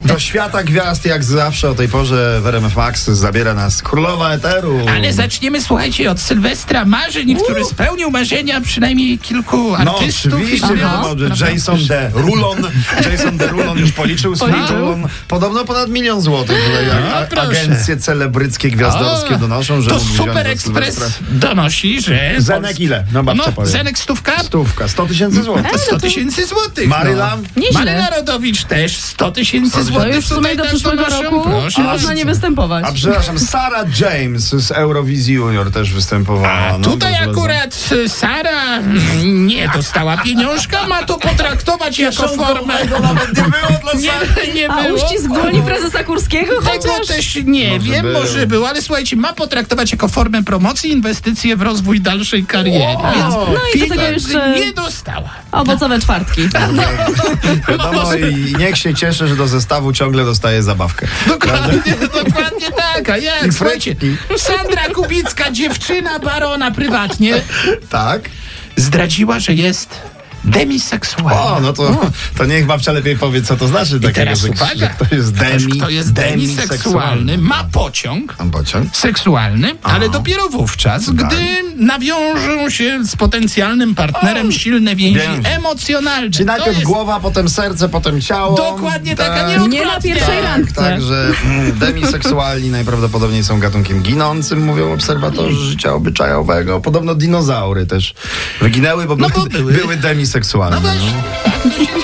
Do świata gwiazd, jak zawsze o tej porze w RMF Max zabiera nas królowa eteru. Ale zaczniemy, słuchajcie, od Sylwestra Marzeń, który spełnił marzenia przynajmniej kilku No artystów. oczywiście, wiadomo, że Jason Derulo już policzył swój rulon. Podobno ponad 1 000 000 złotych. Tutaj agencje celebryckie, gwiazdorskie donoszą, że to mógł wziąć Super za Express Sylwestra. donosi, że... Zenek ile? No babcia powie. Zenek 100. 100 000 złotych. 100 000 złotych. Maryla? Nieźle. Maryla Rodowicz też 100 000 To złotych. już w sumie do przyszłego roku można nie występować. A przepraszam, Sarah James z Eurowizji Junior też występowała. No, Tutaj proszę akurat Sara nie dostała pieniążka, ma to potraktować jako formę... bardzo. Nawet nie było dla Sary. Nie A było. uścisk dłoni prezesa Kurskiego Tego chociaż? też nie Może wiem, było. może był, ale słuchajcie, ma potraktować jako formę promocji, inwestycje w rozwój dalszej kariery. Więc No i do tego pieniędzy jeszcze nie dostała. owocowe czwartki. Wiadomo, i niech się cieszy, że do zestawu ciągle dostaje zabawkę. Dokładnie tak, a jak? Słuchajcie, Sandra Kubicka, dziewczyna barona prywatnie, Tak? zdradziła, że jest demiseksualna. O, no to niech babcia lepiej powie, co to znaczy takiego, Teraz że uwaga, ktoś jest kto jest demiseksualny, ma pociąg Mam pociąg? seksualny, ale dopiero wówczas, gdy nawiążą się z potencjalnym partnerem silne więzi Więzi. emocjonalne. Czyli To najpierw jest głowa, potem serce, potem ciało. dokładnie tak, a nie Nie na odwrotnie. pierwszej randce. Także demiseksualni najprawdopodobniej są gatunkiem ginącym, mówią obserwatorzy życia obyczajowego. Podobno dinozaury też wyginęły, bo No bo były. były demiseksualne. No właśnie, tak to się